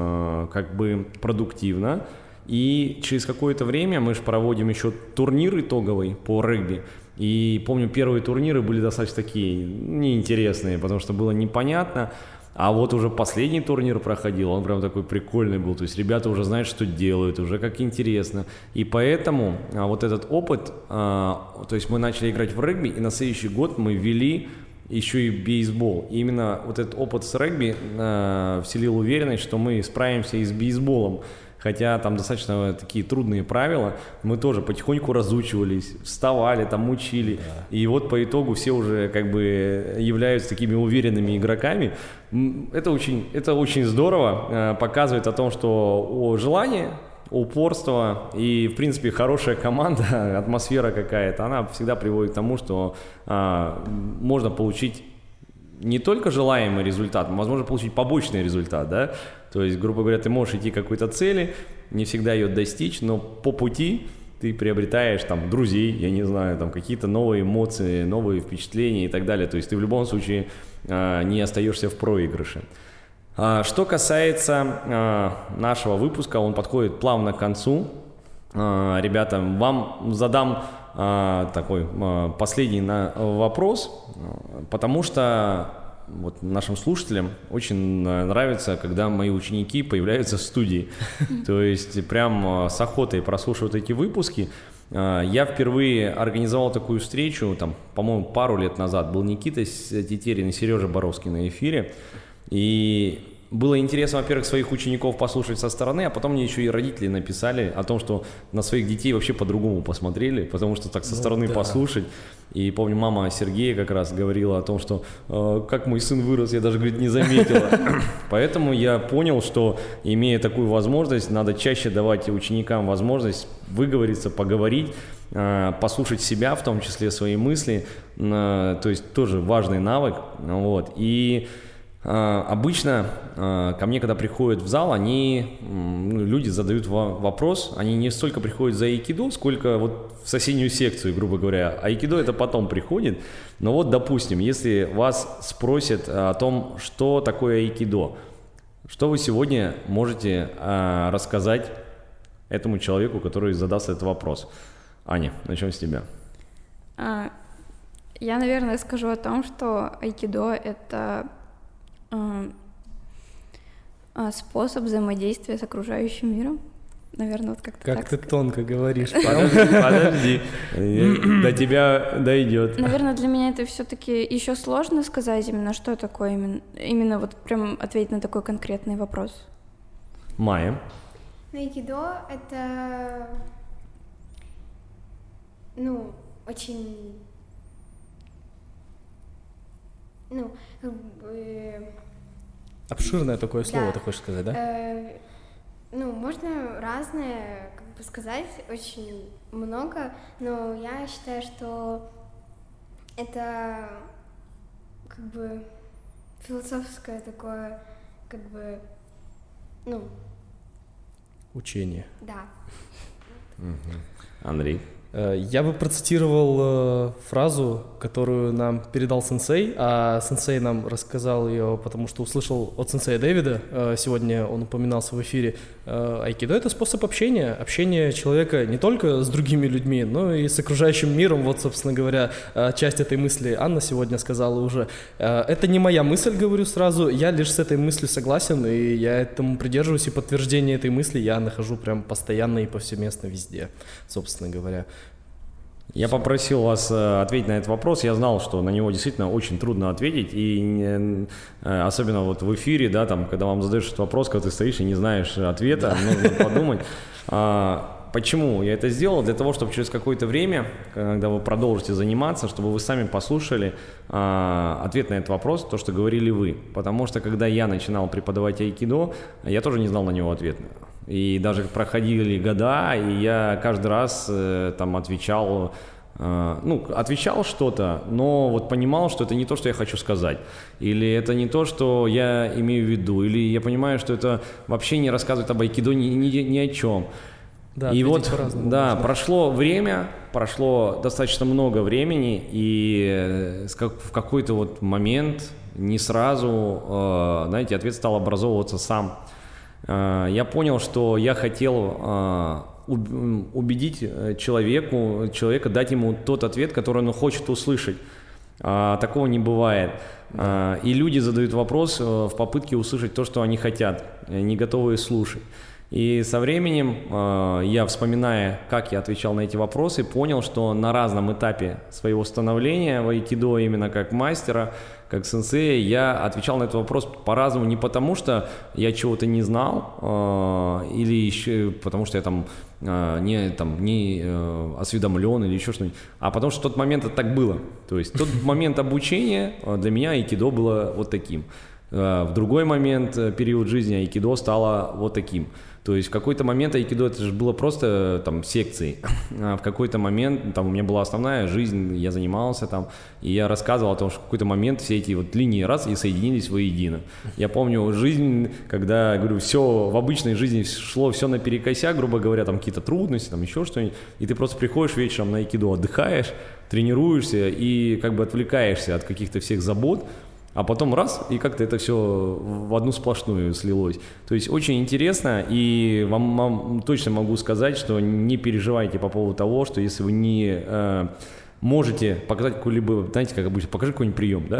продуктивно. И через какое-то время мы же проводим еще турнир итоговый по регби. И помню, первые турниры были достаточно такие неинтересные, потому что было непонятно. А вот уже последний турнир проходил, он прям такой прикольный был, то есть ребята уже знают, что делают, уже как интересно. И поэтому вот этот опыт, то есть мы начали играть в регби, и на следующий год мы ввели еще и бейсбол. И именно вот этот опыт с регби вселил уверенность, что мы справимся и с бейсболом. Хотя там достаточно такие трудные правила, мы тоже потихоньку разучивались, вставали, там учили. Да. И вот по итогу все уже являются такими уверенными игроками. Это очень здорово, показывает о том, что желание, упорство и, в принципе, хорошая команда, атмосфера какая-то, она всегда приводит к тому, что можно получить не только желаемый результат, но, возможно, получить побочный результат, да? То есть, грубо говоря, ты можешь идти к какой-то цели, не всегда ее достичь, но по пути ты приобретаешь там друзей, я не знаю, там какие-то новые эмоции, новые впечатления и так далее. То есть ты в любом случае не остаешься в проигрыше. Что касается нашего выпуска, он подходит плавно к концу. Ребята, вам задам такой последний вопрос, потому что вот нашим слушателям очень нравится, когда мои ученики появляются в студии. То есть прям с охотой прослушивают эти выпуски. Я впервые организовал такую встречу, по-моему, пару лет назад. Был Никита Тетерин и Сережа Боровский на эфире. И было интересно, во-первых, своих учеников послушать со стороны, а потом мне еще и родители написали о том, что на своих детей вообще по-другому посмотрели, потому что так со стороны послушать. И помню, мама Сергея как раз говорила о том, что как мой сын вырос, я даже, говорит, не заметила. Поэтому я понял, что, имея такую возможность, надо чаще давать ученикам возможность выговориться, поговорить, послушать себя, в том числе свои мысли. То есть тоже важный навык. Вот. И обычно ко мне, когда приходят в зал, люди задают вопрос, они не столько приходят за айкидо, сколько вот в соседнюю секцию, грубо говоря. Айкидо это потом приходит, но вот, допустим, если вас спросят о том, что такое айкидо, что вы сегодня можете рассказать этому человеку, который задаст этот вопрос? Аня, начнем с тебя. Я, наверное, скажу о том, что айкидо — это способ взаимодействия с окружающим миром. Наверное, вот как-то так. Как ты тонко говоришь. Подожди, до тебя дойдет. Наверное, для меня это все-таки еще сложно сказать именно, что такое именно вот прям ответить на такой конкретный вопрос. Майя. Айкидо — это, очень, обширное такое слово, ты хочешь сказать, да? Можно разное сказать, очень много, но я считаю, что это философское такое, учение. Да. Андрей. Я бы процитировал фразу, которую нам передал сенсей, а сенсей нам рассказал ее, потому что услышал от сенсея Дэвида, сегодня он упоминался в эфире. Айкидо — это способ общения человека не только с другими людьми, но и с окружающим миром. Вот, собственно говоря, часть этой мысли Анна сегодня сказала уже. Это не моя мысль, говорю сразу, я лишь с этой мыслью согласен, и я этому придерживаюсь, и подтверждение этой мысли я нахожу прям постоянно и повсеместно везде, собственно говоря. Я попросил вас ответить на этот вопрос. Я знал, что на него действительно очень трудно ответить. И особенно вот в эфире, да, когда вам задаешь этот вопрос, когда ты стоишь и не знаешь ответа, нужно подумать. Почему я это сделал? Для того, чтобы через какое-то время, когда вы продолжите заниматься, чтобы вы сами послушали ответ на этот вопрос, то, что говорили вы. Потому что, когда я начинал преподавать айкидо, я тоже не знал на него ответ. И даже проходили года, и я каждый раз там отвечал что-то, но вот понимал, что это не то, что я хочу сказать, или это не то, что я имею в виду, или я понимаю, что это вообще не рассказывает об айкидо ни о чем. Да, и вот, да, прошло время, прошло достаточно много времени, и в какой-то вот момент, не сразу, знаете, ответ стал образовываться сам. Я понял, что я хотел убедить человека, дать ему тот ответ, который он хочет услышать. Такого не бывает. И люди задают вопрос в попытке услышать то, что они хотят, не готовы слушать. И со временем я, вспоминая, как я отвечал на эти вопросы, понял, что на разном этапе своего становления в айкидо, именно как мастера, как сенсея, я отвечал на этот вопрос по-разному, не потому что я чего-то не знал, или еще потому что я не осведомлен или еще что-нибудь, а потому что в тот момент это так было. То есть тот момент обучения для меня айкидо было вот таким. В другой момент, период жизни, айкидо стало вот таким. То есть в какой-то момент айкидо это же было просто там секцией, а в какой-то момент там у меня была основная жизнь, я занимался там, и я рассказывал о том, что в какой-то момент все эти вот линии раз и соединились воедино. Я помню жизнь, когда, говорю, все в обычной жизни шло все наперекосяк, грубо говоря, там какие-то трудности, там еще что-нибудь, и ты просто приходишь вечером на айкидо, отдыхаешь, тренируешься и как бы отвлекаешься от каких-то всех забот, а потом раз, и как-то это все в одну сплошную слилось. То есть очень интересно, и вам точно могу сказать, что не переживайте по поводу того, что если вы не можете показать какой-либо, знаете, как обычно, покажи какой-нибудь прием, да?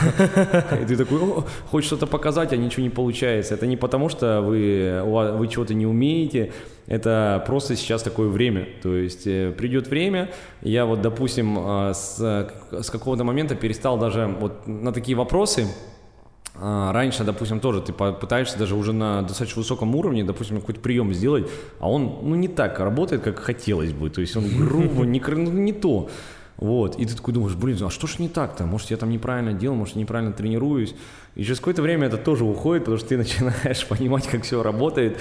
И ты такой, хочешь что-то показать, а ничего не получается. Это не потому, что вы чего-то не умеете, это просто сейчас такое время. То есть придет время, я вот, допустим, с какого-то момента перестал даже вот на такие вопросы. Раньше, допустим, тоже ты пытаешься даже уже на достаточно высоком уровне, допустим, какой-то прием сделать, а он не так работает, как хотелось бы. То есть он грубо, не то. Вот, и ты такой думаешь, а что ж не так-то? Может, я там неправильно делал, может, я неправильно тренируюсь. И через какое-то время это тоже уходит, потому что ты начинаешь понимать, как все работает.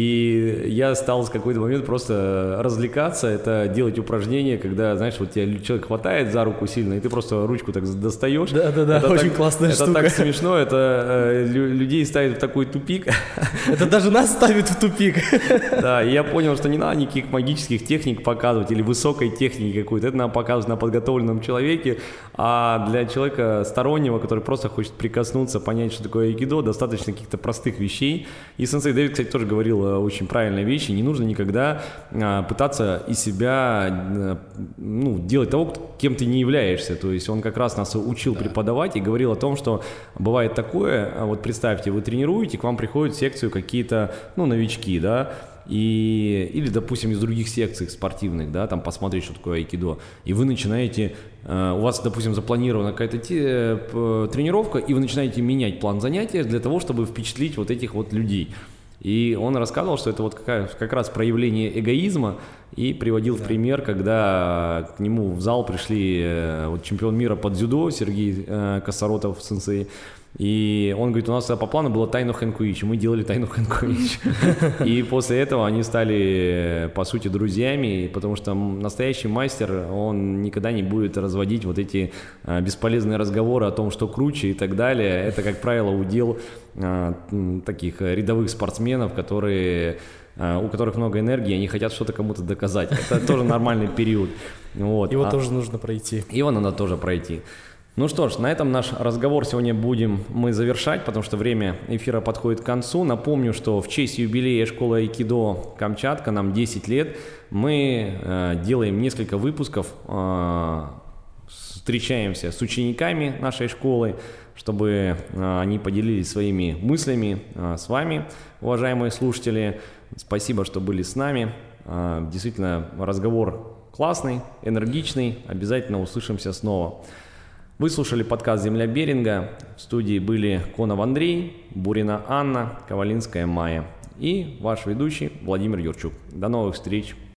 И я стал в какой-то момент просто развлекаться, это делать упражнения, когда, знаешь, вот тебя человек хватает за руку сильно, и ты просто ручку так достаешь. Да-да-да, очень классная штука. Это так смешно, это людей ставит в такой тупик. Это даже нас ставит в тупик. Да, и я понял, что не надо никаких магических техник показывать или высокой техники какой-то, это надо показывать на подготовленном человеке, а для человека стороннего, который просто хочет прикоснуться, понять, что такое айкидо, достаточно каких-то простых вещей. И сенсей Дэвид, кстати, тоже говорил очень правильные вещи. Не нужно никогда пытаться из себя делать того, кем ты не являешься. То есть он как раз нас учил преподавать и говорил о том, что бывает такое, вот представьте, вы тренируете, к вам приходят в секцию какие-то новички, да, или, допустим, из других секций спортивных, да, там посмотреть, что такое айкидо, и вы начинаете, у вас, допустим, запланирована какая-то тренировка, и вы начинаете менять план занятия для того, чтобы впечатлить вот этих вот людей. И он рассказывал, что это вот как раз проявление эгоизма, и приводил в пример, когда к нему в зал пришли чемпион мира по дзюдо Сергей Косоротов, сенсей. И он говорит, у нас по плану было тайно хэнкуич, и мы делали тайно хэнкуич. И после этого они стали, по сути, друзьями, потому что настоящий мастер, он никогда не будет разводить вот эти бесполезные разговоры о том, что круче и так далее. Это, как правило, удел таких рядовых спортсменов, у которых много энергии, они хотят что-то кому-то доказать. Это тоже нормальный период. Вот. Его тоже нужно пройти. Его надо тоже пройти. Ну что ж, на этом наш разговор сегодня будем мы завершать, потому что время эфира подходит к концу. Напомню, что в честь юбилея школы айкидо Камчатка, нам 10 лет, мы делаем несколько выпусков, встречаемся с учениками нашей школы, чтобы они поделились своими мыслями с вами, уважаемые слушатели. Спасибо, что были с нами. Действительно, разговор классный, энергичный. Обязательно услышимся снова. Вы слушали подкаст «Земля Беринга». В студии были Конов Андрей, Бурина Анна, Ковалинская Майя и ваш ведущий Владимир Юрчук. До новых встреч!